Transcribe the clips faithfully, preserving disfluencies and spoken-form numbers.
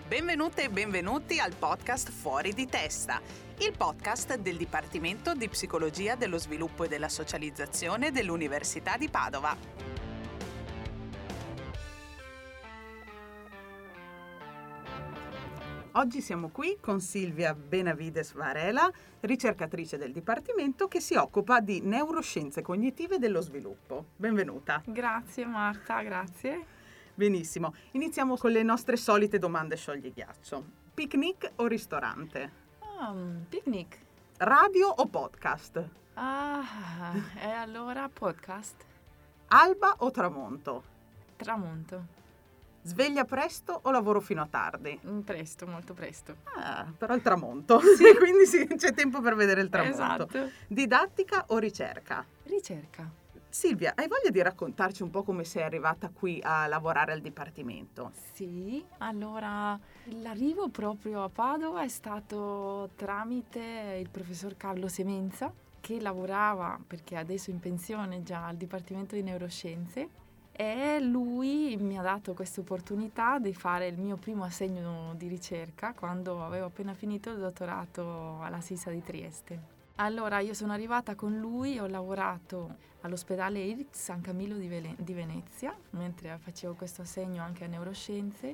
Benvenute e benvenuti al podcast Fuori di Testa, il podcast del Dipartimento di Psicologia dello Sviluppo e della Socializzazione dell'Università di Padova. Oggi siamo qui con Silvia Benavides Varela, ricercatrice del Dipartimento che si occupa di neuroscienze cognitive dello sviluppo. Benvenuta. Grazie Marta, grazie. Benissimo, iniziamo con le nostre solite domande scioglighiaccio. Picnic o ristorante? Um, picnic. Radio o podcast? Ah, e allora podcast? Alba o tramonto? Tramonto. Sveglia presto o lavoro fino a tardi? Presto, molto presto. Ah, però il tramonto, Sì. quindi sì, c'è tempo per vedere il tramonto. Esatto. Didattica o ricerca? Ricerca. Silvia, hai voglia di raccontarci un po' come sei arrivata qui a lavorare al Dipartimento? Sì, allora l'arrivo proprio a Padova è stato tramite il professor Carlo Semenza, che lavorava, perché adesso è in pensione già, al Dipartimento di Neuroscienze, e lui mi ha dato questa opportunità di fare il mio primo assegno di ricerca quando avevo appena finito il dottorato alla SISA di Trieste. Allora io sono arrivata con lui, ho lavorato all'ospedale I R C San Camillo di, Vele- di Venezia, mentre facevo questo assegno anche a neuroscienze,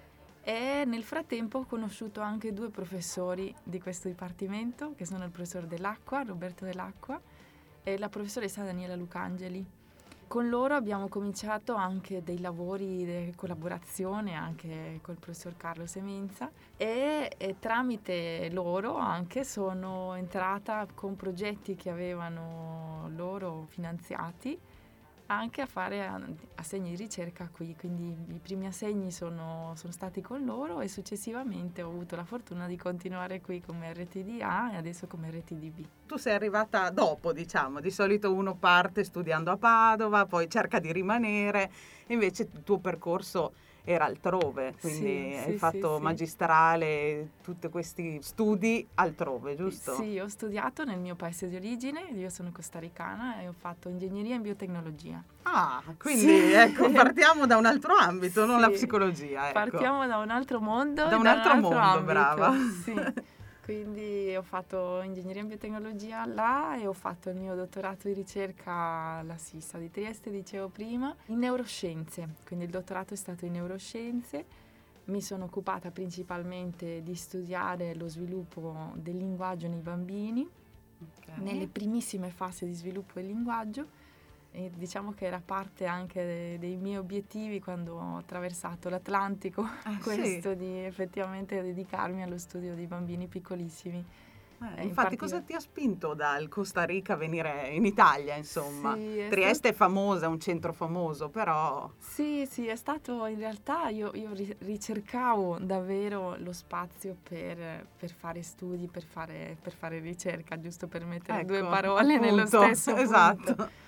e nel frattempo ho conosciuto anche due professori di questo dipartimento, che sono il professor Dell'Acqua, Roberto Dell'Acqua, e la professoressa Daniela Lucangeli. Con loro abbiamo cominciato anche dei lavori di collaborazione anche col professor Carlo Semenza e, e tramite loro anche sono entrata con progetti che avevano loro finanziati anche a fare assegni di ricerca qui, quindi i primi assegni sono, sono stati con loro e successivamente ho avuto la fortuna di continuare qui come R T D A e adesso come R T D B. Tu sei arrivata dopo, diciamo, di solito uno parte studiando a Padova, poi cerca di rimanere, invece il tuo percorso era altrove, quindi Sì, hai sì, fatto sì, magistrale, tutti questi studi altrove, giusto? Sì, ho studiato nel mio paese di origine, io sono costaricana e ho fatto ingegneria in biotecnologia. Ah, quindi Sì. ecco, partiamo da un altro ambito, non Sì. la psicologia. Ecco. Partiamo da un altro mondo. Da e un da altro un altro mondo, ambito. brava. Sì. Quindi ho fatto ingegneria in biotecnologia là e ho fatto il mio dottorato di ricerca alla SISA di Trieste, dicevo prima, in neuroscienze. Quindi il dottorato è stato in neuroscienze. Mi sono occupata principalmente di studiare lo sviluppo del linguaggio nei bambini, okay, nelle primissime fasi di sviluppo del linguaggio. E diciamo che era parte anche de- dei miei obiettivi quando ho attraversato l'Atlantico, Ah, questo sì. di effettivamente dedicarmi allo studio dei bambini piccolissimi. Eh, Eh, infatti, in cosa partic- ti ha spinto dal Costa Rica a venire in Italia, insomma? Sì, è Trieste è famosa, è un centro famoso, però... Sì, sì, è stato in realtà io, io ri- ricercavo davvero lo spazio per, per fare studi, per fare, per fare ricerca, giusto per mettere Ecco, due parole appunto, nello stesso punto. esatto.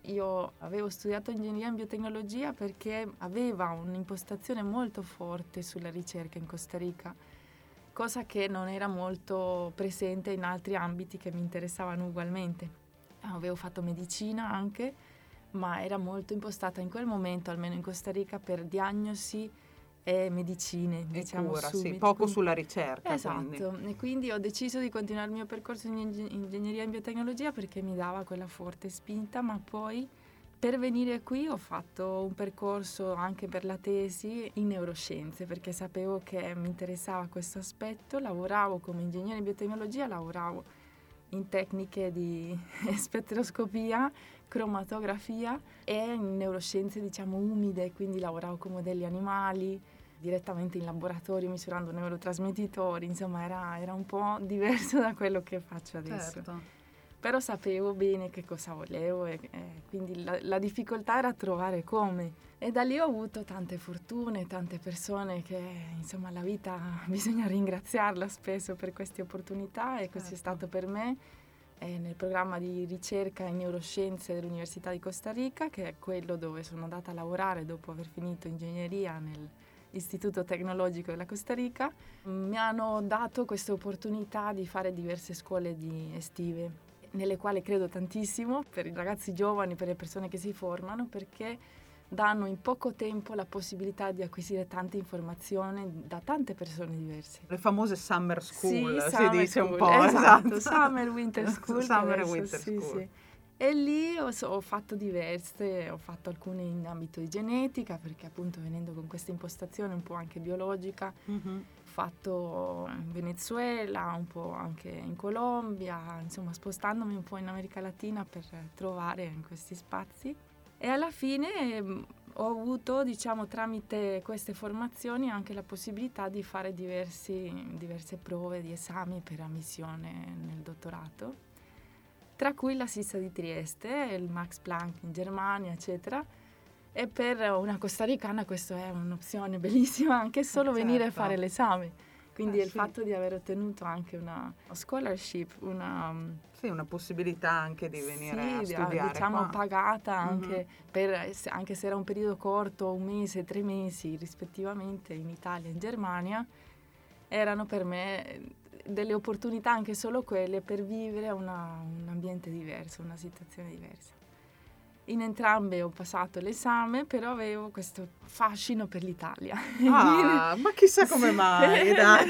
Io avevo studiato ingegneria in biotecnologia perché aveva un'impostazione molto forte sulla ricerca in Costa Rica, cosa che non era molto presente in altri ambiti che mi interessavano ugualmente. Avevo fatto medicina anche, ma era molto impostata in quel momento, almeno in Costa Rica, per diagnosi e medicine, E diciamo cura, subito. sì, poco Quindi, sulla ricerca. esatto, Quindi. e quindi ho deciso di continuare il mio percorso in ing- ingegneria in biotecnologia perché mi dava quella forte spinta, ma poi per venire qui ho fatto un percorso anche per la tesi in neuroscienze perché sapevo che mi interessava questo aspetto, lavoravo come ingegnere in biotecnologia, lavoravo in tecniche di spettroscopia, cromatografia e in neuroscienze diciamo umide, quindi lavoravo con modelli animali, direttamente in laboratorio misurando neurotrasmettitori, insomma era, era un po' diverso da quello che faccio adesso. Certo. Però sapevo bene che cosa volevo e, e quindi la, la difficoltà era trovare come. E da lì ho avuto tante fortune, tante persone che insomma la vita bisogna ringraziarla spesso per queste opportunità e così Certo. è stato per me. E nel programma di ricerca in neuroscienze dell'Università di Costa Rica, che è quello dove sono andata a lavorare dopo aver finito ingegneria nell'Istituto Tecnologico della Costa Rica, mi hanno dato questa opportunità di fare diverse scuole di estive, nelle quali credo tantissimo per i ragazzi giovani, per le persone che si formano, perché danno in poco tempo la possibilità di acquisire tante informazioni da tante persone diverse. Le famose summer school, sì, si summer dice school, un po'. Esatto, Esatto. summer winter school. Summer adesso, winter sì, school. Sì. E lì ho, ho fatto diverse, ho fatto alcune in ambito di genetica, perché appunto venendo con questa impostazione un po' anche biologica, Mm-hmm. ho fatto in Venezuela, un po' anche in Colombia, insomma spostandomi un po' in America Latina per trovare in questi spazi. E alla fine mh, ho avuto, diciamo, tramite queste formazioni anche la possibilità di fare diversi, diverse prove di esami per ammissione nel dottorato, tra cui la SISSA di Trieste, il Max Planck in Germania, eccetera. E per una costaricana questo è un'opzione bellissima, anche solo certo. venire a fare l'esame. Quindi eh, il sì. fatto di aver ottenuto anche una scholarship, una... Sì, una possibilità anche di venire sì, a studiare diciamo qua. pagata anche, Mm-hmm. per, anche se era un periodo corto, un mese, tre mesi rispettivamente in Italia e in Germania, erano per me delle opportunità, anche solo quelle, per vivere una, un ambiente diverso, una situazione diversa. In entrambe ho passato l'esame, però avevo questo fascino per l'Italia. Ah, ma chissà come mai, dai.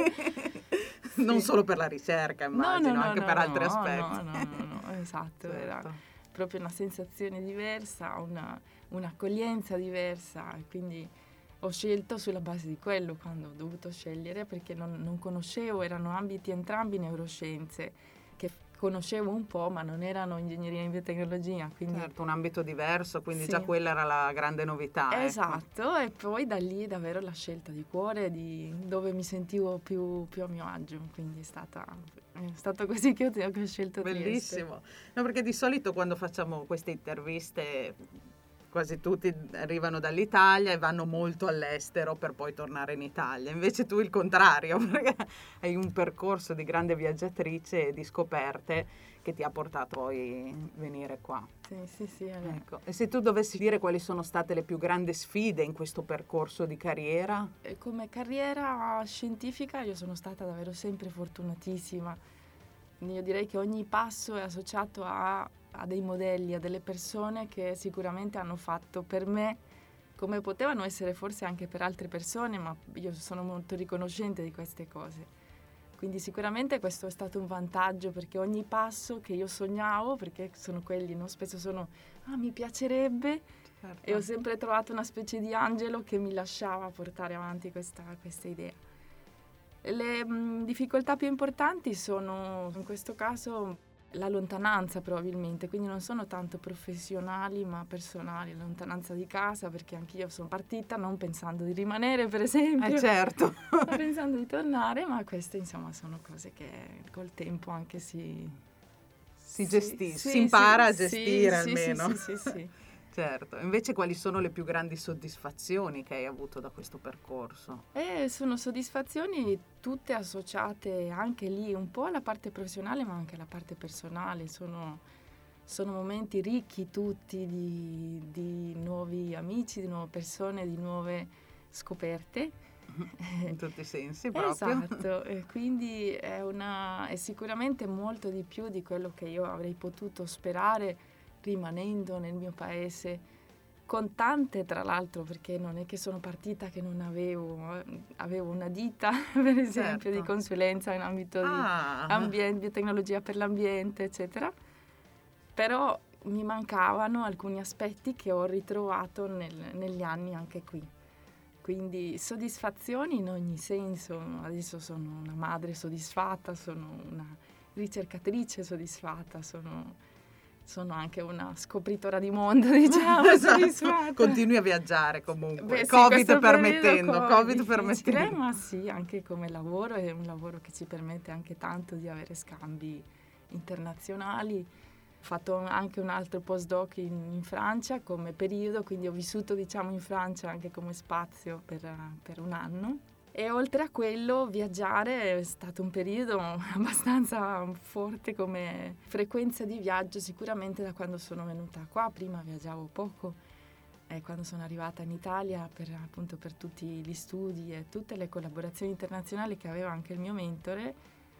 Sì. Non solo per la ricerca, immagino, no, no, no, anche no, per altri no, aspetti. No, no, no, no, esatto, Certo. Era proprio una sensazione diversa, una, un'accoglienza diversa, quindi ho scelto sulla base di quello quando ho dovuto scegliere, perché non, non conoscevo, erano ambiti entrambi neuroscienze, che conoscevo un po', ma non erano ingegneria in biotecnologia. Quindi certo, un ambito diverso, quindi sì. già quella era la grande novità. Esatto, ecco. E poi da lì davvero la scelta di cuore, di dove mi sentivo più, più a mio agio, quindi è stata... È stato così che ho, che ho scelto Trieste. Bellissimo. No, perché di solito quando facciamo queste interviste quasi tutti arrivano dall'Italia e vanno molto all'estero per poi tornare in Italia. Invece tu il contrario, perché hai un percorso di grande viaggiatrice e di scoperte che ti ha portato poi a venire qua. Sì, sì, sì. Ecco. E se tu dovessi dire quali sono state le più grandi sfide in questo percorso di carriera? Come carriera scientifica io sono stata davvero sempre fortunatissima. Io direi che ogni passo è associato a, a dei modelli, a delle persone che sicuramente hanno fatto per me come potevano essere forse anche per altre persone, ma io sono molto riconoscente di queste cose. Quindi sicuramente questo è stato un vantaggio, perché ogni passo che io sognavo, perché sono quelli, no? Spesso sono, ah, mi piacerebbe, certo. E ho sempre trovato una specie di angelo che mi lasciava portare avanti questa, questa idea. Le mh, difficoltà più importanti sono, in questo caso, la lontananza probabilmente, quindi non sono tanto professionali ma personali, la lontananza di casa, perché anch'io sono partita non pensando di rimanere, per esempio, eh certo, pensando di tornare, ma queste insomma sono cose che col tempo anche si si sì, gestisce, sì, si impara sì, a gestire sì, almeno. Sì, sì, sì, sì. Certo, invece quali sono le più grandi soddisfazioni che hai avuto da questo percorso? Eh, sono soddisfazioni tutte associate anche lì un po' alla parte professionale ma anche alla parte personale. Sono, sono momenti ricchi tutti di, di nuovi amici, di nuove persone, di nuove scoperte. In tutti i sensi proprio. Esatto, e quindi è, una, è sicuramente molto di più di quello che io avrei potuto sperare rimanendo nel mio paese, con tante tra l'altro, perché non è che sono partita che non avevo, avevo una ditta per esempio, certo, di consulenza in ambito ah. di ambiente, biotecnologia per l'ambiente, eccetera, però mi mancavano alcuni aspetti che ho ritrovato nel, negli anni anche qui. Quindi soddisfazioni in ogni senso. Adesso sono una madre soddisfatta, sono una ricercatrice soddisfatta, sono... Sono anche una scopritora di mondo, diciamo, esatto. Continui a viaggiare comunque, Beh, sì, Covid permettendo, Covid permettendo. Ma sì, anche come lavoro, è un lavoro che ci permette anche tanto di avere scambi internazionali. Ho fatto anche un altro postdoc in, in Francia come periodo, quindi ho vissuto, diciamo, in Francia anche come spazio per, per un anno. E oltre a quello, viaggiare è stato un periodo abbastanza forte come frequenza di viaggio, sicuramente da quando sono venuta qua. Prima viaggiavo poco, e quando sono arrivata in Italia per, appunto, per tutti gli studi e tutte le collaborazioni internazionali che aveva anche il mio mentore,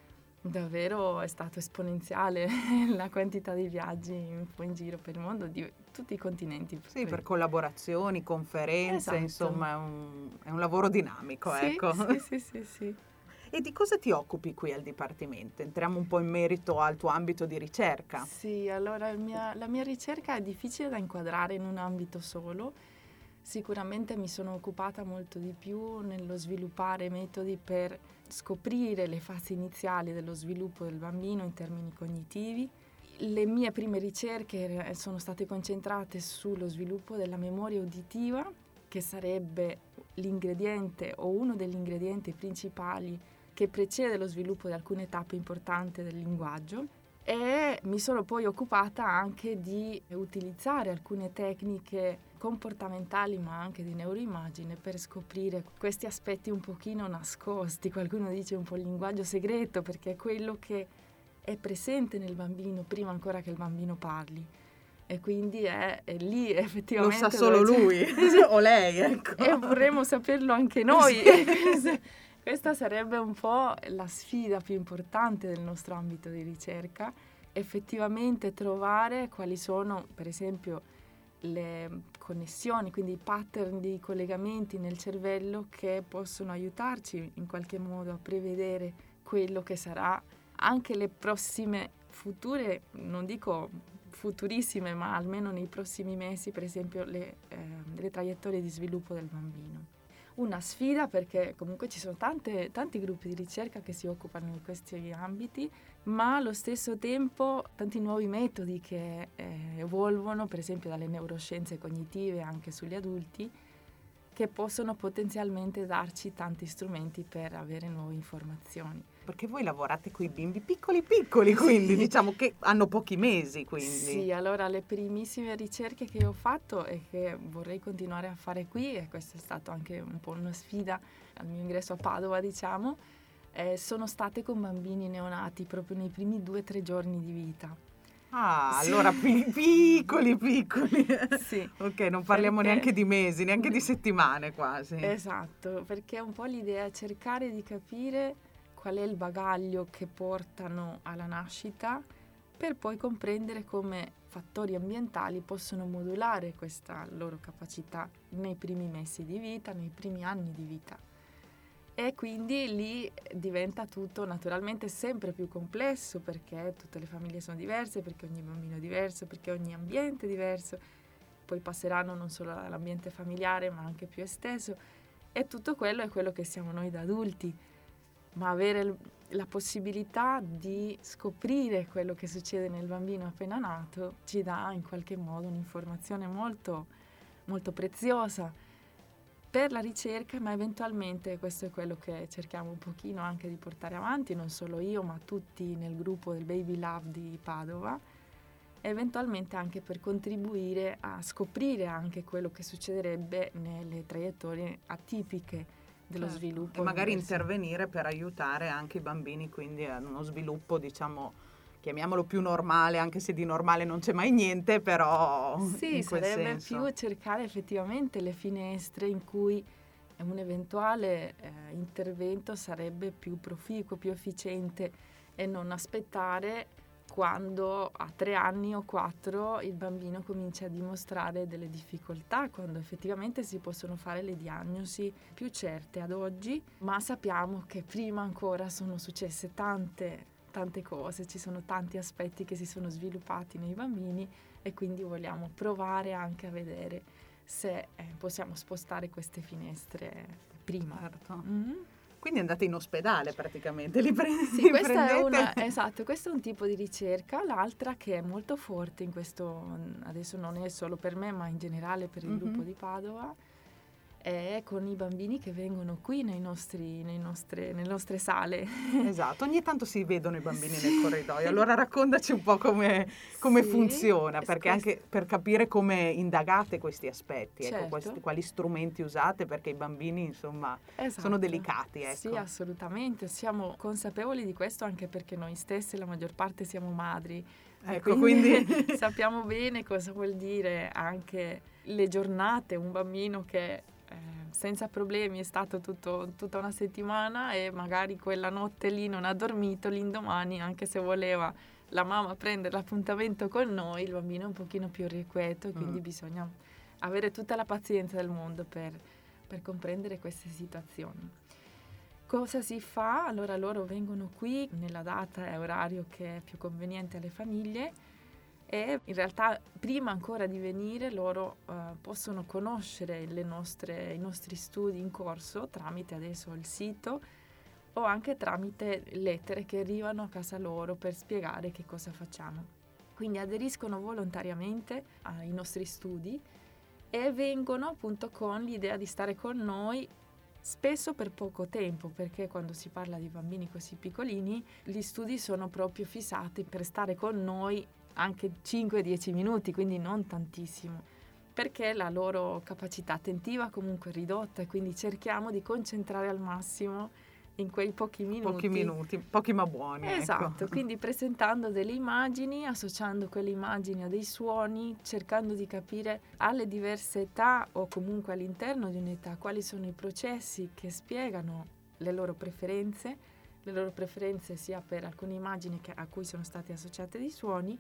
davvero è stato esponenziale la quantità di viaggi un po' in giro per il mondo, di tutti i continenti. Sì, per collaborazioni, conferenze, esatto. Insomma è un, è un lavoro dinamico, sì, ecco. Sì, sì, sì, sì. E di cosa ti occupi qui al Dipartimento? Entriamo un po' in merito al tuo ambito di ricerca. Sì, allora il mia, la mia ricerca è difficile da inquadrare in un ambito solo. Sicuramente mi sono occupata molto di più nello sviluppare metodi per scoprire le fasi iniziali dello sviluppo del bambino in termini cognitivi. Le mie prime ricerche sono state concentrate sullo sviluppo della memoria uditiva, che sarebbe l'ingrediente o uno degli ingredienti principali che precede lo sviluppo di alcune tappe importanti del linguaggio, e mi sono poi occupata anche di utilizzare alcune tecniche comportamentali ma anche di neuroimmagine per scoprire questi aspetti un pochino nascosti, qualcuno dice un po' il linguaggio segreto, perché è quello che è presente nel bambino prima ancora che il bambino parli, e quindi è, è lì effettivamente lo sa solo lui o lei, ecco. E vorremmo saperlo anche noi. Questa sarebbe un po' la sfida più importante del nostro ambito di ricerca, effettivamente trovare quali sono, per esempio, le connessioni, quindi i pattern di collegamenti nel cervello che possono aiutarci in qualche modo a prevedere quello che sarà anche le prossime future, non dico futurissime, ma almeno nei prossimi mesi, per esempio le, eh, le traiettorie di sviluppo del bambino. Una sfida perché comunque ci sono tante, tanti gruppi di ricerca che si occupano di questi ambiti, ma allo stesso tempo tanti nuovi metodi che eh, evolvono, per esempio dalle neuroscienze cognitive anche sugli adulti, che possono potenzialmente darci tanti strumenti per avere nuove informazioni. Perché voi lavorate con i bimbi piccoli piccoli, quindi sì. Diciamo che hanno pochi mesi. Quindi. Sì, allora le primissime ricerche che ho fatto e che vorrei continuare a fare qui, e questa è stata anche un po' una sfida al mio ingresso a Padova, diciamo, eh, sono state con bambini neonati proprio nei primi due o tre giorni di vita. Ah, sì. Allora pi- piccoli piccoli. Sì. Ok, non parliamo perché... neanche di mesi, neanche di settimane quasi. Esatto, perché un po' l'idea è cercare di capire qual è il bagaglio che portano alla nascita, per poi comprendere come fattori ambientali possono modulare questa loro capacità nei primi mesi di vita, nei primi anni di vita. E quindi lì diventa tutto naturalmente sempre più complesso, perché tutte le famiglie sono diverse, perché ogni bambino è diverso, perché ogni ambiente è diverso. Poi passeranno non solo all'ambiente familiare, ma anche più esteso. E tutto quello è quello che siamo noi da adulti. Ma avere la possibilità di scoprire quello che succede nel bambino appena nato ci dà in qualche modo un'informazione molto, molto preziosa per la ricerca, ma eventualmente questo è quello che cerchiamo un pochino anche di portare avanti, non solo io ma tutti nel gruppo del Baby Love di Padova, eventualmente anche per contribuire a scoprire anche quello che succederebbe nelle traiettorie atipiche dello certo. sviluppo. E magari intervenire per aiutare anche i bambini quindi a uno sviluppo, diciamo, chiamiamolo più normale, anche se di normale non c'è mai niente, però sì, in quel sarebbe senso. Più cercare effettivamente le finestre in cui un eventuale eh, intervento sarebbe più proficuo, più efficiente, e non aspettare quando a tre anni o quattro il bambino comincia a dimostrare delle difficoltà, quando effettivamente si possono fare le diagnosi più certe ad oggi, ma sappiamo che prima ancora sono successe tante tante cose, ci sono tanti aspetti che si sono sviluppati nei bambini, e quindi vogliamo provare anche a vedere se eh, possiamo spostare queste finestre prima. Certo. Mm-hmm. Quindi andate in ospedale praticamente, li, pre- sì, li questa prendete? È una, esatto, questo è un tipo di ricerca. L'altra che è molto forte in questo, adesso non è solo per me ma in generale per il mm-hmm. gruppo di Padova, è con i bambini che vengono qui nei nostri, nei nostre, nelle nostre sale. Esatto, ogni tanto si vedono i bambini sì. nel corridoio, allora raccontaci un po' come, come sì. funziona, perché questo... anche per capire come indagate questi aspetti, certo. ecco, questi, quali strumenti usate, perché i bambini insomma esatto. sono delicati. Ecco. Sì, assolutamente, siamo consapevoli di questo anche perché noi stesse la maggior parte siamo madri, ecco, quindi, quindi sappiamo bene cosa vuol dire anche le giornate, un bambino che Eh, senza problemi, è stato tutto, tutta una settimana, e magari quella notte lì non ha dormito, l'indomani, anche se voleva la mamma prendere l'appuntamento con noi, il bambino è un pochino più irrequieto, quindi mm. bisogna avere tutta la pazienza del mondo per, per comprendere queste situazioni. Cosa si fa? Allora loro vengono qui nella data e orario che è più conveniente alle famiglie, e in realtà prima ancora di venire loro uh, possono conoscere le nostre, i nostri studi in corso tramite adesso il sito, o anche tramite lettere che arrivano a casa loro per spiegare che cosa facciamo. Quindi aderiscono volontariamente ai nostri studi e vengono appunto con l'idea di stare con noi, spesso per poco tempo, perché quando si parla di bambini così piccolini gli studi sono proprio fissati per stare con noi anche cinque dieci minuti, quindi non tantissimo, perché la loro capacità attentiva comunque è ridotta, e quindi cerchiamo di concentrare al massimo in quei pochi minuti. Pochi minuti, pochi ma buoni. Esatto, ecco. Quindi presentando delle immagini, associando quelle immagini a dei suoni, cercando di capire alle diverse età o comunque all'interno di un'età quali sono i processi che spiegano le loro preferenze, le loro preferenze sia per alcune immagini che, a cui sono state associate dei suoni,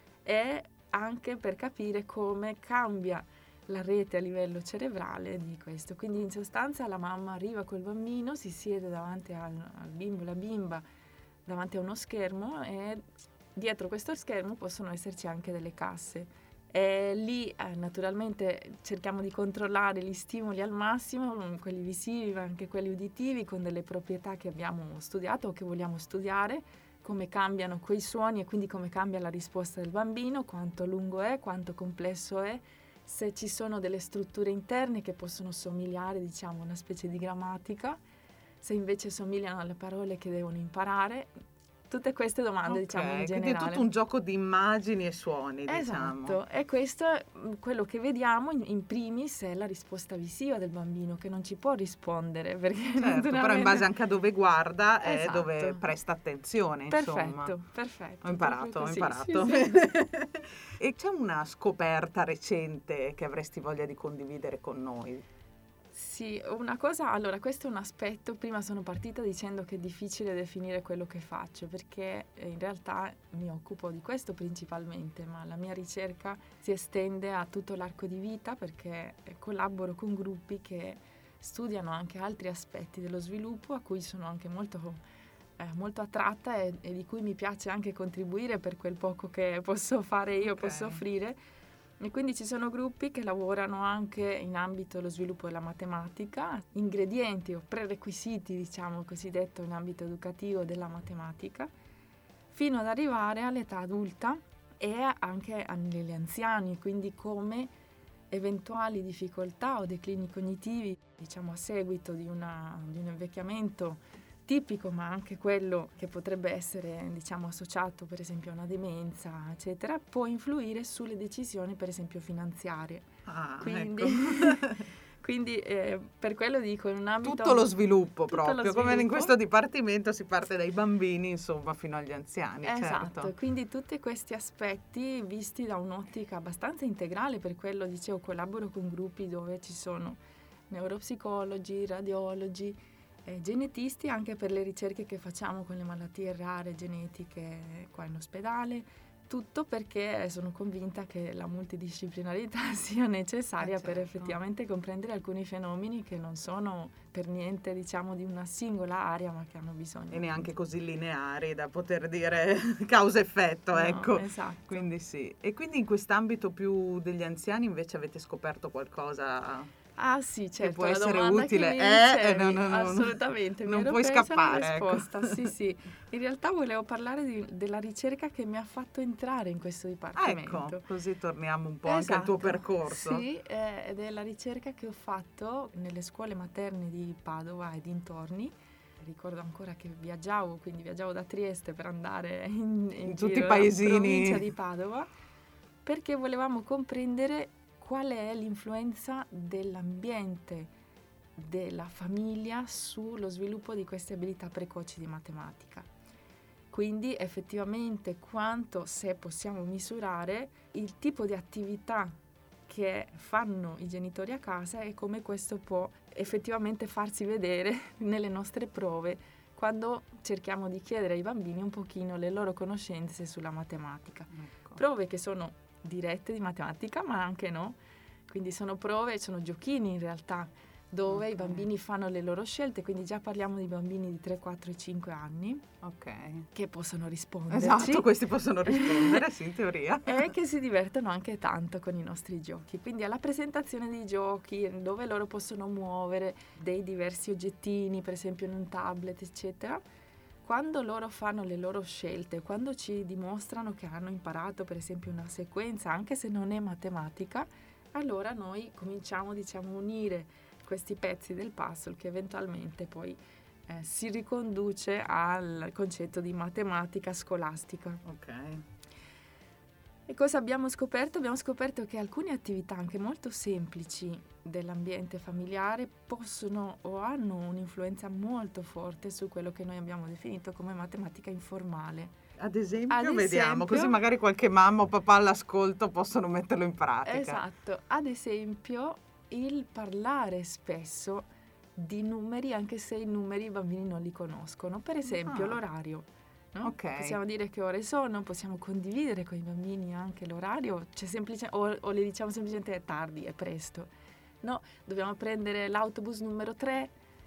e anche per capire come cambia la rete a livello cerebrale di questo. Quindi in sostanza la mamma arriva col bambino, si siede davanti al, al bimbo, la bimba, davanti a uno schermo, e dietro questo schermo possono esserci anche delle casse. E lì eh, naturalmente cerchiamo di controllare gli stimoli al massimo, quelli visivi ma anche quelli uditivi, con delle proprietà che abbiamo studiato o che vogliamo studiare, come cambiano quei suoni e quindi come cambia la risposta del bambino, quanto lungo è, quanto complesso è, se ci sono delle strutture interne che possono somigliare, diciamo, a una specie di grammatica, se invece somigliano alle parole che devono imparare. Tutte queste domande, okay, diciamo, in generale. Quindi è tutto un gioco di immagini e suoni, esatto, diciamo. E questo, quello che vediamo in, in primis è la risposta visiva del bambino, che non ci può rispondere. Perché certo, naturalmente... però in base anche a dove guarda è esatto. dove presta attenzione, perfetto, insomma. Perfetto, Ho imparato, ho imparato. Sì, sì. E c'è una scoperta recente che avresti voglia di condividere con noi? Sì, una cosa, allora questo è un aspetto, prima sono partita dicendo che è difficile definire quello che faccio, perché in realtà mi occupo di questo principalmente, ma la mia ricerca si estende a tutto l'arco di vita, perché collaboro con gruppi che studiano anche altri aspetti dello sviluppo, a cui sono anche molto, eh, molto attratta e, e di cui mi piace anche contribuire per quel poco che posso fare io, okay. posso offrire. E quindi ci sono gruppi che lavorano anche in ambito dello sviluppo della matematica, ingredienti o prerequisiti, diciamo cosiddetto in ambito educativo della matematica, fino ad arrivare all'età adulta e anche agli anziani, quindi come eventuali difficoltà o declini cognitivi, diciamo a seguito di, una, di un invecchiamento tipico, ma anche quello che potrebbe essere, diciamo, associato per esempio a una demenza, eccetera, può influire sulle decisioni, per esempio, finanziarie. Ah, quindi, ecco. quindi eh, per quello dico, in un ambito... Tutto lo sviluppo tutto proprio, lo sviluppo. Come in questo dipartimento si parte dai bambini, insomma, fino agli anziani. Esatto, certo. Quindi tutti questi aspetti visti da un'ottica abbastanza integrale, per quello dicevo, collaboro con gruppi dove ci sono neuropsicologi, radiologi, Eh, genetisti, anche per le ricerche che facciamo con le malattie rare genetiche qua in ospedale, tutto perché sono convinta che la multidisciplinarità sia necessaria eh certo. per effettivamente comprendere alcuni fenomeni che non sono per niente, diciamo, di una singola area, ma che hanno bisogno. E neanche così lineari da poter dire causa-effetto, no, ecco. Esatto. Quindi sì. E quindi in quest'ambito più degli anziani invece avete scoperto qualcosa... Ah sì, certo, che può la essere domanda utile, che mi eh, dicevi, no, no, no, assolutamente, non mi puoi ero presa scappare, la risposta, ecco. sì sì. In realtà volevo parlare di, della ricerca che mi ha fatto entrare in questo Ah, dipartimento. ecco, così torniamo un po' esatto, anche al tuo percorso. Sì, eh, ed è la ricerca che ho fatto nelle scuole materne di Padova e dintorni. Ricordo ancora che viaggiavo, quindi viaggiavo da Trieste per andare in, in, in giro tutti i paesini, provincia di Padova, perché volevamo comprendere qual è l'influenza dell'ambiente, della famiglia sullo sviluppo di queste abilità precoci di matematica. Quindi effettivamente quanto, se possiamo misurare, il tipo di attività che fanno i genitori a casa e come questo può effettivamente farsi vedere nelle nostre prove quando cerchiamo di chiedere ai bambini un pochino le loro conoscenze sulla matematica. Ecco. Prove che sono dirette di matematica, ma anche no. Quindi sono prove, sono giochini in realtà, dove Ok. i bambini fanno le loro scelte, quindi già parliamo di bambini di tre, quattro e cinque anni Ok. che possono risponderci. Esatto, questi possono rispondere, sì, in teoria. E che si divertono anche tanto con i nostri giochi. Quindi alla presentazione dei giochi, dove loro possono muovere dei diversi oggettini, per esempio in un tablet, eccetera, quando loro fanno le loro scelte, quando ci dimostrano che hanno imparato per esempio una sequenza, anche se non è matematica, allora noi cominciamo, diciamo, a unire questi pezzi del puzzle che eventualmente poi eh, si riconduce al concetto di matematica scolastica. Ok. E cosa abbiamo scoperto? Abbiamo scoperto che alcune attività anche molto semplici dell'ambiente familiare possono o hanno un'influenza molto forte su quello che noi abbiamo definito come matematica informale. Ad esempio, Ad vediamo, esempio- così magari qualche mamma o papà all'ascolto possono metterlo in pratica. Esatto, ad esempio il parlare spesso di numeri anche se i numeri i bambini non li conoscono. Per esempio Ah. l'orario. No? Ok. Possiamo dire che ore sono, possiamo condividere con i bambini anche l'orario, c'è semplice, o, o le diciamo semplicemente è tardi, è presto. No, dobbiamo prendere l'autobus numero tre.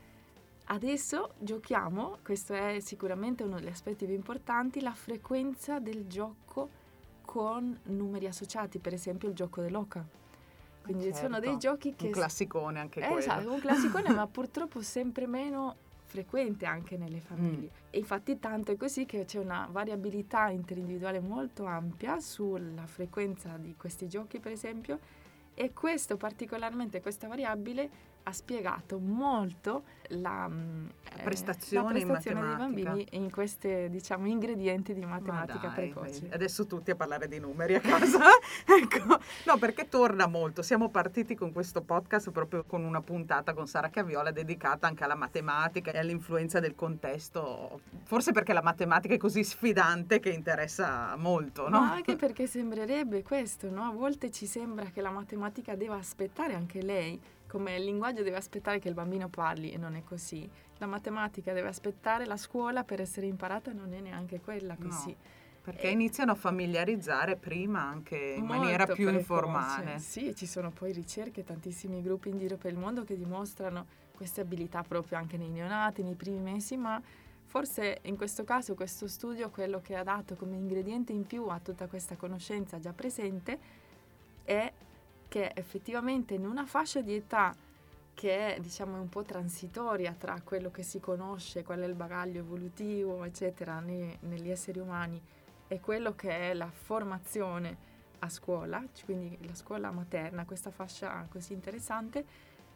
Adesso giochiamo, questo è sicuramente uno degli aspetti più importanti, la frequenza del gioco con numeri associati, per esempio il gioco dell'oca. Quindi Certo. sono dei giochi che... Un classicone anche Eh, quello. esatto, un classicone, ma purtroppo sempre meno frequente anche nelle famiglie. Mm. E infatti tanto è così che c'è una variabilità interindividuale molto ampia sulla frequenza di questi giochi, per esempio, e questo particolarmente, questa variabile ha spiegato molto la, mh, La eh, prestazione la prestazione in dei matematica. bambini in questi, diciamo, ingredienti di Ma matematica dai, precoce. vedi, adesso tutti a parlare di numeri a casa. Ecco. No, perché torna molto. Siamo partiti con questo podcast proprio con una puntata con Sara Caviola dedicata anche alla matematica e all'influenza del contesto. Forse perché la matematica è così sfidante che interessa molto, no? Ma anche perché sembrerebbe questo, no? A volte ci sembra che la matematica deve aspettare anche lei, come il linguaggio deve aspettare che il bambino parli e non è così. La matematica deve aspettare la scuola per essere imparata, non è neanche quella così. No, perché Eh, iniziano a familiarizzare prima anche in Molto maniera più precoce. informale. Sì, ci sono poi ricerche, tantissimi gruppi in giro per il mondo che dimostrano queste abilità proprio anche nei neonati, nei primi mesi, ma forse in questo caso questo studio quello che ha dato come ingrediente in più a tutta questa conoscenza già presente è che effettivamente in una fascia di età che è, diciamo, un po' transitoria tra quello che si conosce, qual è il bagaglio evolutivo, eccetera, nei, negli esseri umani, e quello che è la formazione a scuola, c- quindi la scuola materna, questa fascia così interessante,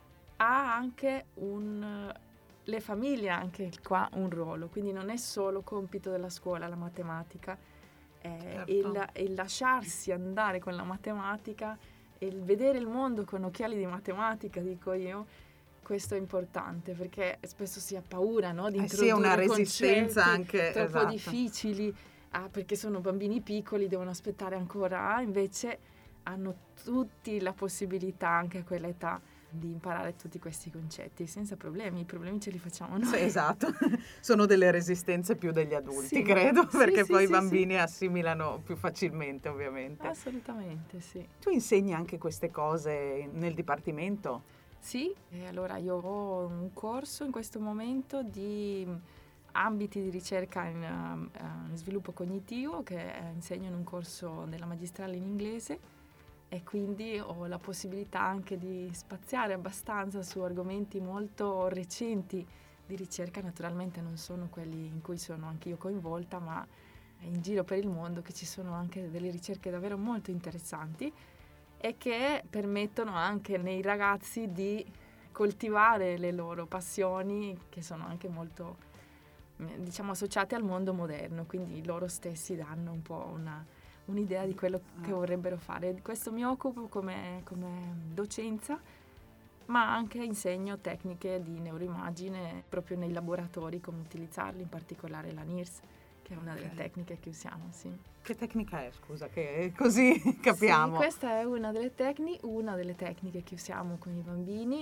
ha anche un... le famiglie anche qua un ruolo, quindi non è solo compito della scuola la matematica, eh, Certo. il, il lasciarsi andare con la matematica, il vedere il mondo con occhiali di matematica, dico io, questo è importante perché spesso si ha paura, no, di Eh sì, è una introdurre resistenza concetti anche, troppo esatto. difficili, ah, perché sono bambini piccoli, devono aspettare ancora, ah, invece hanno tutti la possibilità anche a quell'età di imparare tutti questi concetti senza problemi, i problemi ce li facciamo noi. Sì, esatto, sono delle resistenze più degli adulti, Sì, credo, sì, perché sì, poi sì, i bambini assimilano più facilmente, ovviamente. Assolutamente, sì. Tu insegni anche queste cose nel dipartimento? Sì, e allora io ho un corso in questo momento di ambiti di ricerca in, uh, uh, in sviluppo cognitivo che uh, insegno in un corso della magistrale in inglese e quindi ho la possibilità anche di spaziare abbastanza su argomenti molto recenti di ricerca, naturalmente non sono quelli in cui sono anch'io coinvolta, ma in giro per il mondo che ci sono anche delle ricerche davvero molto interessanti e che permettono anche nei ragazzi di coltivare le loro passioni che sono anche molto, diciamo, associate al mondo moderno, quindi loro stessi danno un po' una, un'idea di quello che vorrebbero fare. Di questo mi occupo come, come docenza, ma anche insegno tecniche di neuroimmagine proprio nei laboratori, come utilizzarli, in particolare la N I R S, che è una delle Ok. tecniche che usiamo, sì. Che tecnica è, scusa, che così capiamo? Sì, questa è una delle, tecni- una delle tecniche che usiamo con i bambini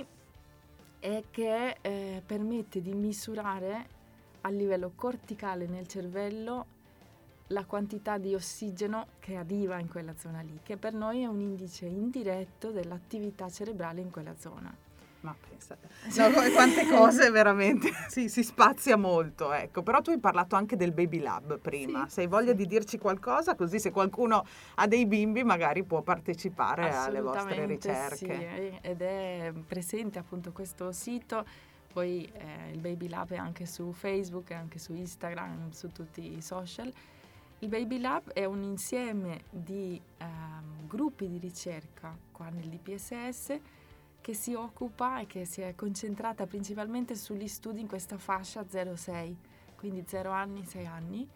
e che eh, permette di misurare a livello corticale nel cervello la quantità di ossigeno che arriva in quella zona lì, che per noi è un indice indiretto dell'attività cerebrale in quella zona. Ma pensate, no, qu- quante cose veramente, sì, si spazia molto, ecco. Però tu hai parlato anche del Baby Lab prima, Sì, se hai voglia sì. di dirci qualcosa, così se qualcuno ha dei bimbi magari può partecipare alle vostre Assolutamente ricerche. sì, eh, ed è presente appunto questo sito, poi eh, il Baby Lab è anche su Facebook, è anche su Instagram, su tutti i social. Il Baby Lab è un insieme di ehm, gruppi di ricerca qua nel D P S S che si occupa e che si è concentrata principalmente sugli studi in questa fascia zero sei, quindi zero anni, sei anni,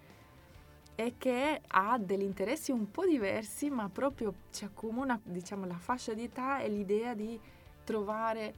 e che ha degli interessi un po' diversi, ma proprio ci accomuna, diciamo, la fascia di età e l'idea di trovare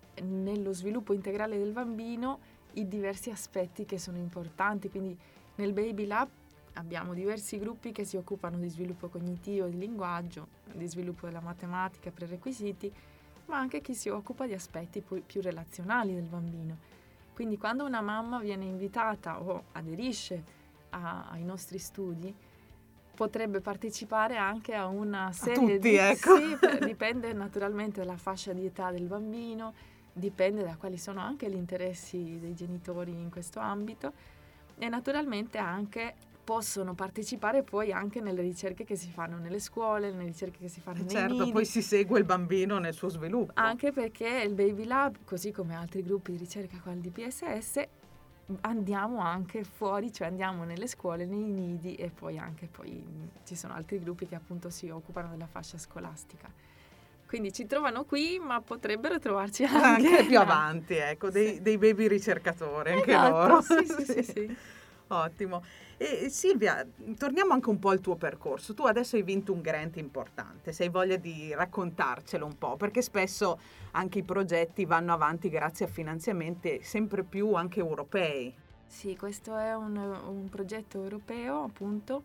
nello sviluppo integrale del bambino i diversi aspetti che sono importanti. Quindi nel Baby Lab abbiamo diversi gruppi che si occupano di sviluppo cognitivo, di linguaggio, di sviluppo della matematica, prerequisiti, ma anche chi si occupa di aspetti più, più relazionali del bambino. Quindi quando una mamma viene invitata o aderisce a, ai nostri studi, potrebbe partecipare anche a una serie tutti, di... ecco. Sì, per- dipende naturalmente dalla fascia di età del bambino, dipende da quali sono anche gli interessi dei genitori in questo ambito e naturalmente anche possono partecipare poi anche nelle ricerche che si fanno nelle scuole, nelle ricerche che si fanno nei Certo, nidi. poi si segue il bambino nel suo sviluppo. Anche perché il Baby Lab, così come altri gruppi di ricerca qua al D P S S, andiamo anche fuori, cioè andiamo nelle scuole, nei nidi e poi anche poi ci sono altri gruppi che appunto si occupano della fascia scolastica. Quindi ci trovano qui, ma potrebbero trovarci anche, Anche più avanti, ecco, dei, Sì. dei baby ricercatori, anche Esatto, loro. sì, sì, sì, sì. Ottimo. E Silvia, torniamo anche un po' al tuo percorso. Tu adesso hai vinto un grant importante, se hai voglia di raccontarcelo un po', perché spesso anche i progetti vanno avanti grazie a finanziamenti sempre più anche europei. Sì, questo è un, un progetto europeo appunto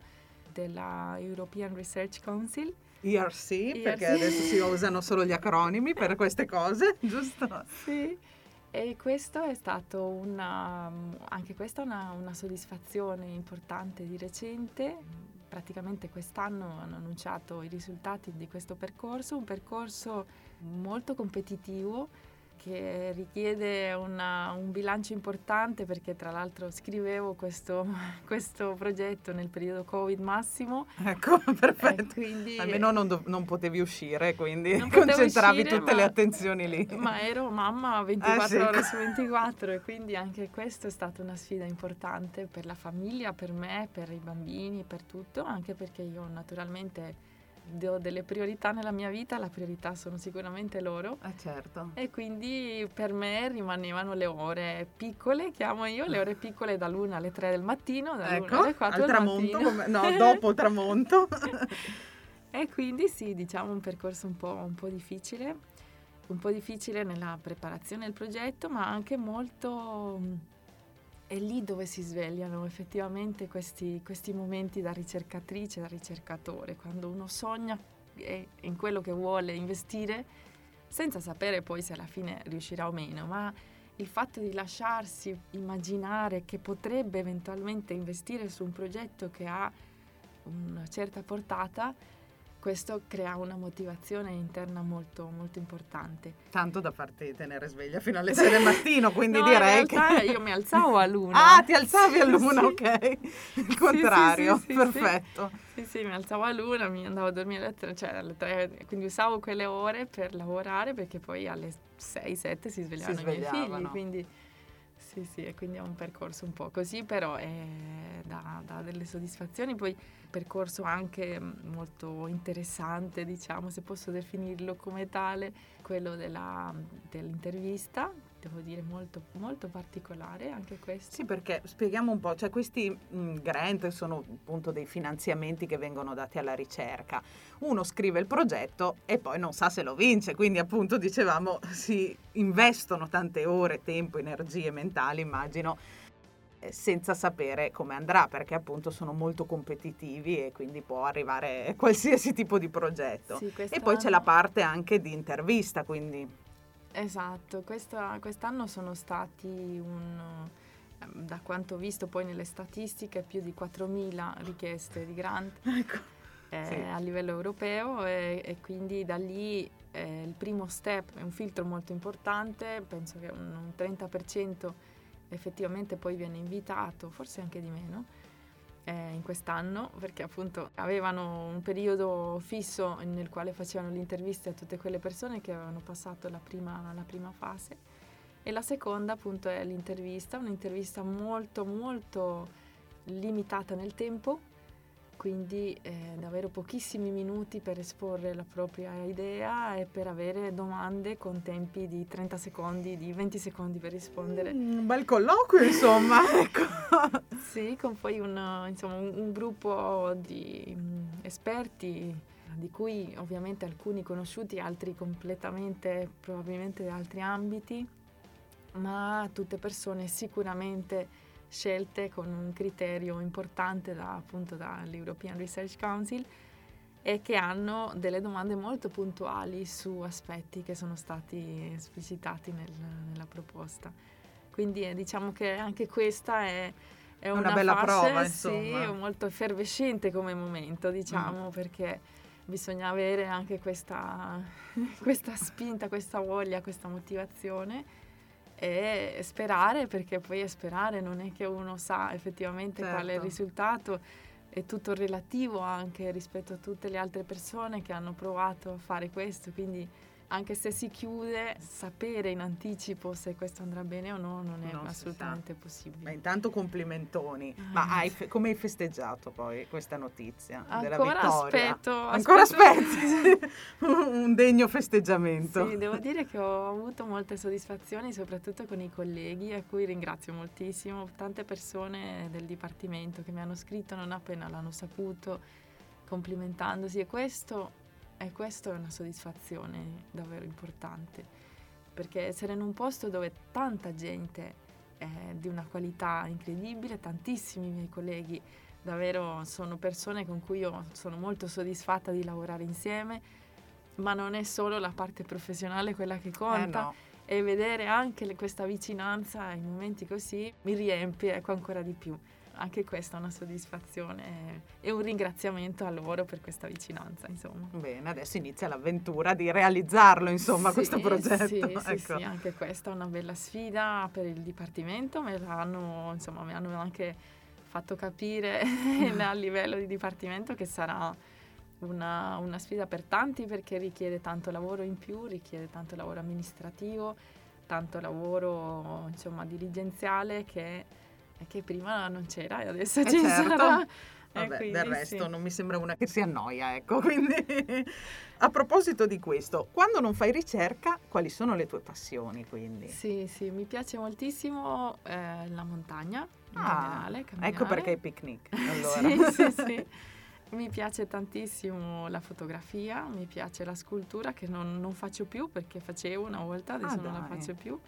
della European Research Council. E R C, perché E R C. adesso si usano solo gli acronimi per queste cose, giusto? Sì, e questo è stato una, anche questa una, una soddisfazione importante di recente. Praticamente quest'anno hanno annunciato i risultati di questo percorso, un percorso molto competitivo che richiede una, un bilancio importante perché tra l'altro scrivevo questo, questo progetto nel periodo Covid massimo. Ecco, perfetto. E quindi, Almeno non, do- non potevi uscire, quindi non potevo concentravi uscire, tutte ma, le attenzioni lì. Ma ero mamma ventiquattro Eh, sì. ore su ventiquattro e quindi anche questo è stata una sfida importante per la famiglia, per me, per i bambini, per tutto, anche perché io naturalmente do delle priorità nella mia vita, la priorità sono sicuramente loro. Eh, certo. E quindi per me rimanevano le ore piccole, chiamo io, le ore piccole dall'una alle tre del mattino, dall'una Ecco, alle quattro al del tramonto, mattino. come- no, dopo il tramonto. E quindi sì, diciamo un percorso un po', un po' difficile, un po' difficile nella preparazione del progetto, ma anche molto... mh, è lì dove si svegliano effettivamente questi, questi momenti da ricercatrice, da ricercatore, quando uno sogna e- in quello che vuole investire, senza sapere poi se alla fine riuscirà o meno, ma il fatto di lasciarsi immaginare che potrebbe eventualmente investire su un progetto che ha una certa portata, questo crea una motivazione interna molto, molto importante. Tanto da farti tenere sveglia fino alle sei del mattino, quindi No, direi in realtà che... io mi alzavo all'una. Ah, ti alzavi Sì, all'una, sì. ok. Il Sì, contrario, sì, sì, sì, perfetto. Sì, sì, mi alzavo all'una, mi andavo a dormire alle tre, cioè alle tre, quindi usavo quelle ore per lavorare perché poi alle sei sette si svegliavano Si i miei figli, svegliavano. quindi sì, sì, e quindi è un percorso un po' così, però è da, da delle soddisfazioni, poi percorso anche molto interessante, diciamo, se posso definirlo come tale, quello della, dell'intervista, devo dire molto, molto particolare anche questo. Sì, perché spieghiamo un po', cioè questi mh, grant sono appunto dei finanziamenti che vengono dati alla ricerca. Uno scrive il progetto e poi non sa se lo vince, quindi appunto dicevamo si investono tante ore, tempo, energie mentali, immagino, senza sapere come andrà, perché appunto sono molto competitivi e quindi può arrivare qualsiasi tipo di progetto. Sì, e poi c'è la parte anche di intervista, quindi... Esatto, questa, quest'anno sono stati un... da quanto ho visto poi nelle statistiche, più di quattromila richieste di grant ecco. eh, sì. a livello europeo e, e quindi da lì eh, il primo step è un filtro molto importante, penso che un, un trenta per cento effettivamente poi viene invitato, forse anche di meno, eh, in quest'anno, perché appunto avevano un periodo fisso nel quale facevano le interviste a tutte quelle persone che avevano passato la prima, la prima fase. E la seconda appunto è l'intervista, un'intervista molto molto limitata nel tempo, quindi eh, davvero pochissimi minuti per esporre la propria idea e per avere domande con tempi di trenta secondi, di venti secondi per rispondere. Mm, un bel colloquio insomma, ecco. Sì, con poi un, insomma, un, un gruppo di um, esperti, di cui ovviamente alcuni conosciuti, altri completamente, probabilmente da altri ambiti, ma tutte persone sicuramente scelte con un criterio importante da, appunto dall'European Research Council e che hanno delle domande molto puntuali su aspetti che sono stati esplicitati nel, nella proposta. Quindi eh, diciamo che anche questa è, è una, una bella fase, prova, sì, insomma. molto effervescente come momento, diciamo, mm. perché bisogna avere anche questa, questa spinta, questa voglia, questa motivazione e sperare, perché poi è sperare, non è che uno sa effettivamente certo. qual è il risultato, è tutto relativo anche rispetto a tutte le altre persone che hanno provato a fare questo, quindi anche se si chiude, sapere in anticipo se questo andrà bene o no non è non assolutamente possibile. Ma intanto complimentoni. Eh. Ma hai fe- come hai festeggiato poi questa notizia Ancora della vittoria? Aspetto, Ancora aspetto. aspetti? Un degno festeggiamento. Sì, devo dire che ho avuto molte soddisfazioni, soprattutto con i colleghi, a cui ringrazio moltissimo. Tante persone del Dipartimento che mi hanno scritto non appena l'hanno saputo, complimentandosi, e questo... E questa è una soddisfazione davvero importante, perché essere in un posto dove tanta gente è di una qualità incredibile, tantissimi miei colleghi davvero sono persone con cui io sono molto soddisfatta di lavorare insieme, ma non è solo la parte professionale quella che conta, eh no. e vedere anche le, questa vicinanza in momenti così mi riempie, ecco, ancora di più. Anche questa è una soddisfazione e un ringraziamento a loro per questa vicinanza, insomma. Bene, adesso inizia l'avventura di realizzarlo, insomma, sì, questo progetto. Sì, ecco. sì, sì, anche questa è una bella sfida per il Dipartimento, me l'hanno, insomma, mi hanno anche fatto capire a livello di Dipartimento che sarà una, una sfida per tanti, perché richiede tanto lavoro in più, richiede tanto lavoro amministrativo, tanto lavoro, insomma, dirigenziale che che prima non c'era e adesso eh ci certo. sarà. Vabbè, quindi, del resto sì. non mi sembra una che si annoia, ecco. Quindi a proposito di questo, quando non fai ricerca, quali sono le tue passioni, quindi? Sì, sì, mi piace moltissimo eh, la montagna in ah, generale, camminare. Ecco perché i picnic, allora. sì, sì, sì. Mi piace tantissimo la fotografia, mi piace la scultura, che non, non faccio più perché facevo una volta, adesso ah, non dai. la faccio più.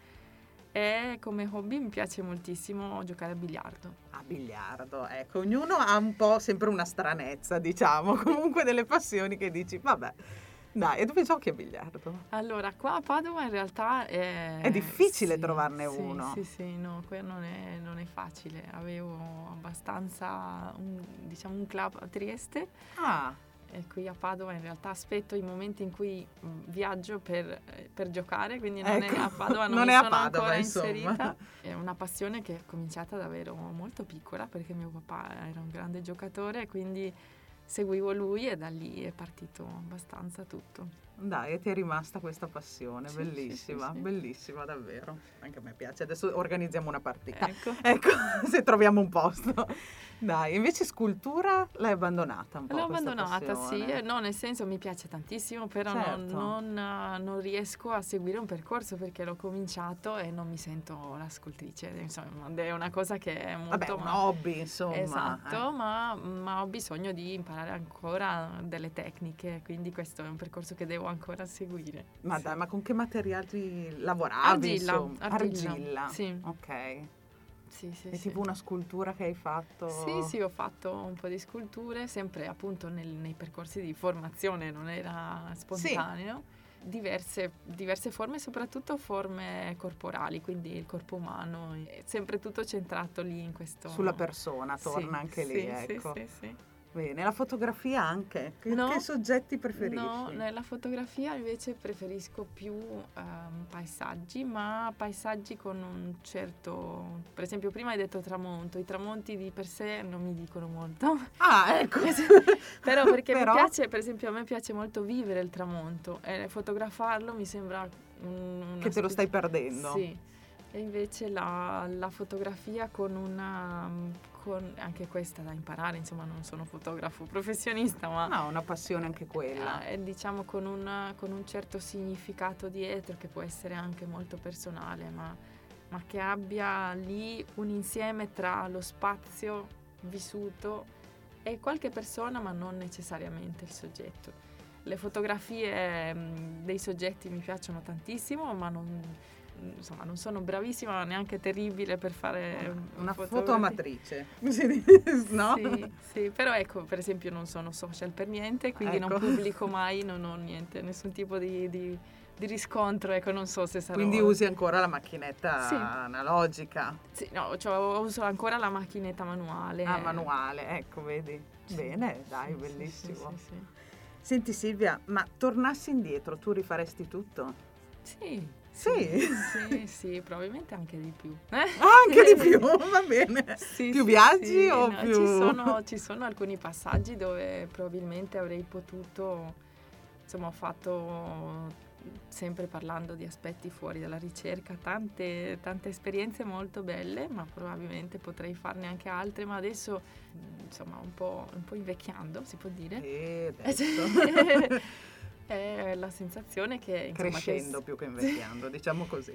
E come hobby mi piace moltissimo giocare a biliardo. A biliardo, ecco, ognuno ha un po' sempre una stranezza, diciamo, comunque delle passioni che dici, vabbè, dai, e dove giochi a biliardo? Allora, qua a Padova in realtà è... È difficile sì, trovarne sì, uno. Sì, sì, no, quello non è, non è facile. Avevo abbastanza, un, diciamo, un club a Trieste. Ah. E qui a Padova in realtà aspetto i momenti in cui mh, viaggio per, per giocare, quindi non ecco, è a Padova, non, non mi è sono a Padova, ancora insomma. inserita. È una passione che è cominciata davvero molto piccola, perché mio papà era un grande giocatore, quindi seguivo lui e da lì è partito abbastanza tutto. Dai, e ti è rimasta questa passione, sì, bellissima, sì, sì, sì. bellissima davvero. Anche a me piace, adesso organizziamo una partita. Ecco, ecco se troviamo un posto. Dai, invece scultura l'hai abbandonata un po'? L'ho abbandonata, passione. sì, no, nel senso mi piace tantissimo, però certo. non, non, non riesco a seguire un percorso perché l'ho cominciato e non mi sento la scultrice, insomma, è una cosa che è molto... Vabbè, un hobby, insomma. Esatto, eh. ma, ma ho bisogno di imparare ancora delle tecniche, quindi questo è un percorso che devo ancora seguire. Ma sì. dai, ma con che materiali lavoravi? Argilla, Insomma? argilla, argilla. sì. Ok. Sì, sì, È sì. tipo una scultura che hai fatto? Sì, sì, ho fatto un po' di sculture, sempre appunto nel- nei percorsi di formazione, non era spontaneo. Diverse, diverse forme, soprattutto forme corporali, quindi il corpo umano, è sempre tutto centrato lì in questo... Sulla persona, torna Sì, anche sì, lì, sì, ecco. sì, sì. Bene, la fotografia anche. Che, No, che soggetti preferisci? No, nella fotografia invece preferisco più ehm, paesaggi, ma paesaggi con un certo... Per esempio prima hai detto tramonto, i tramonti di per sé non mi dicono molto. Ah, ecco. Però perché Però... mi piace, per esempio a me piace molto vivere il tramonto e fotografarlo mi sembra un, una Che te lo specie- stai perdendo. Sì, e invece la, la fotografia con una... Con anche questa da imparare, insomma non sono fotografo professionista, ma... No, una passione anche quella. Eh, diciamo con un, con un certo significato dietro che può essere anche molto personale, ma, ma che abbia lì un insieme tra lo spazio vissuto e qualche persona, ma non necessariamente il soggetto. Le fotografie mh, dei soggetti mi piacciono tantissimo, ma non, insomma, non sono bravissima, neanche terribile per fare una fotografie. fotoamatrice, no? Sì, sì, però ecco, per esempio non sono social per niente, quindi Ecco. non pubblico mai, non ho niente, nessun tipo di, di, di riscontro, ecco, non so se sarò... Quindi usi ancora la macchinetta Sì. analogica? Sì, no, cioè, uso ancora la macchinetta manuale. Ah, manuale, ecco, vedi? Sì, Bene, dai, sì, bellissimo. Sì, sì, sì. Senti Silvia, ma tornassi indietro, tu rifaresti tutto? Sì, Sì? sì, sì, sì, probabilmente anche di più. Anche di più, va bene. Sì, più sì, viaggi sì, o no, più... Ci sono, ci sono alcuni passaggi dove probabilmente avrei potuto, insomma, ho fatto, sempre parlando di aspetti fuori dalla ricerca, tante, tante esperienze molto belle, ma probabilmente potrei farne anche altre, ma adesso, insomma, un po', un po' invecchiando, si può dire. Eh, adesso. È la sensazione che... Insomma, Crescendo che, più che invecchiando, diciamo così.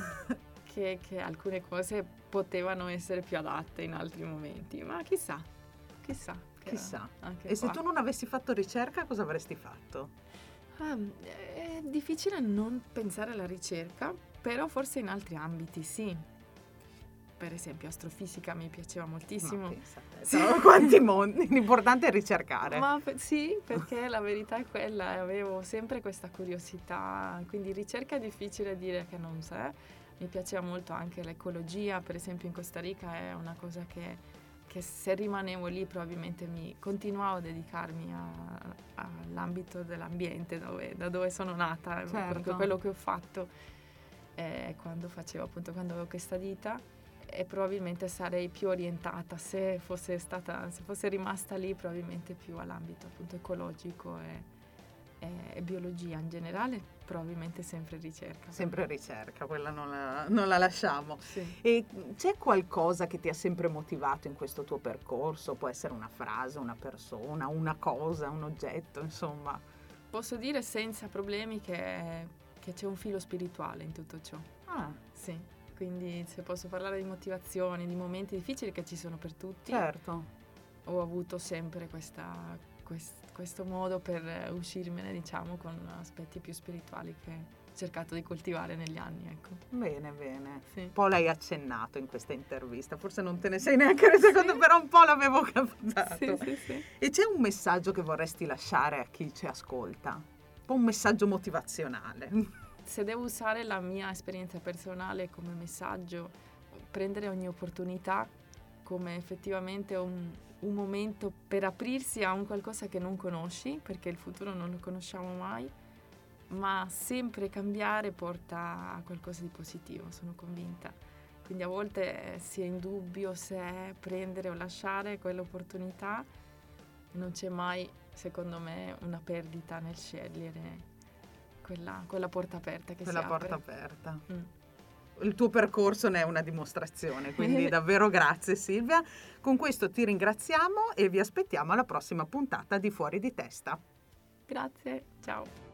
che, che alcune cose potevano essere più adatte in altri momenti, ma chissà, chissà. Chissà. Anche e qua. se tu non avessi fatto ricerca, cosa avresti fatto? Ah, è difficile non pensare alla ricerca, però forse in altri ambiti sì. Per esempio astrofisica mi piaceva moltissimo. Ma pensate, sì. Quanti mondi, l'importante è ricercare. Ma pe- sì, perché la verità è quella, avevo sempre questa curiosità, quindi ricerca è difficile dire che non c'è. Mi piaceva molto anche l'ecologia, per esempio in Costa Rica è una cosa che, che se rimanevo lì probabilmente mi continuavo a dedicarmi a, all'ambito dell'ambiente, dove, da dove sono nata, Certo. proprio quello che ho fatto eh, quando facevo appunto, quando avevo questa ditta. E probabilmente sarei più orientata se fosse stata, se fosse rimasta lì, probabilmente più all'ambito appunto ecologico e, e, e biologia in generale, probabilmente sempre ricerca. Sempre ricerca, quella non la, non la lasciamo. Sì. E c'è qualcosa che ti ha sempre motivato in questo tuo percorso? Può essere una frase, una persona, una cosa, un oggetto, insomma. Posso dire senza problemi che, che c'è un filo spirituale in tutto ciò. Ah, sì. Quindi se posso parlare di motivazioni, di momenti difficili che ci sono per tutti, certo. ho avuto sempre questa, quest, questo modo per uscirmene, diciamo, con aspetti più spirituali che ho cercato di coltivare negli anni, ecco. Bene, bene. Sì. Un po' l'hai accennato in questa intervista, forse non te ne sei neanche resa conto, Sì. però un po' l'avevo captato. Sì, sì, sì. E c'è un messaggio che vorresti lasciare a chi ci ascolta? Un po' un messaggio motivazionale. Se devo usare la mia esperienza personale come messaggio, prendere ogni opportunità come effettivamente un, un momento per aprirsi a un qualcosa che non conosci, perché il futuro non lo conosciamo mai, ma sempre cambiare porta a qualcosa di positivo, sono convinta. Quindi a volte si è in dubbio se prendere o lasciare quell'opportunità, non c'è mai, secondo me, una perdita nel scegliere Quella, quella porta aperta che Quella si porta apre. aperta. Mm. Il tuo percorso ne è una dimostrazione, quindi davvero grazie Silvia. Con questo ti ringraziamo e vi aspettiamo alla prossima puntata di Fuori di Testa. Grazie, ciao.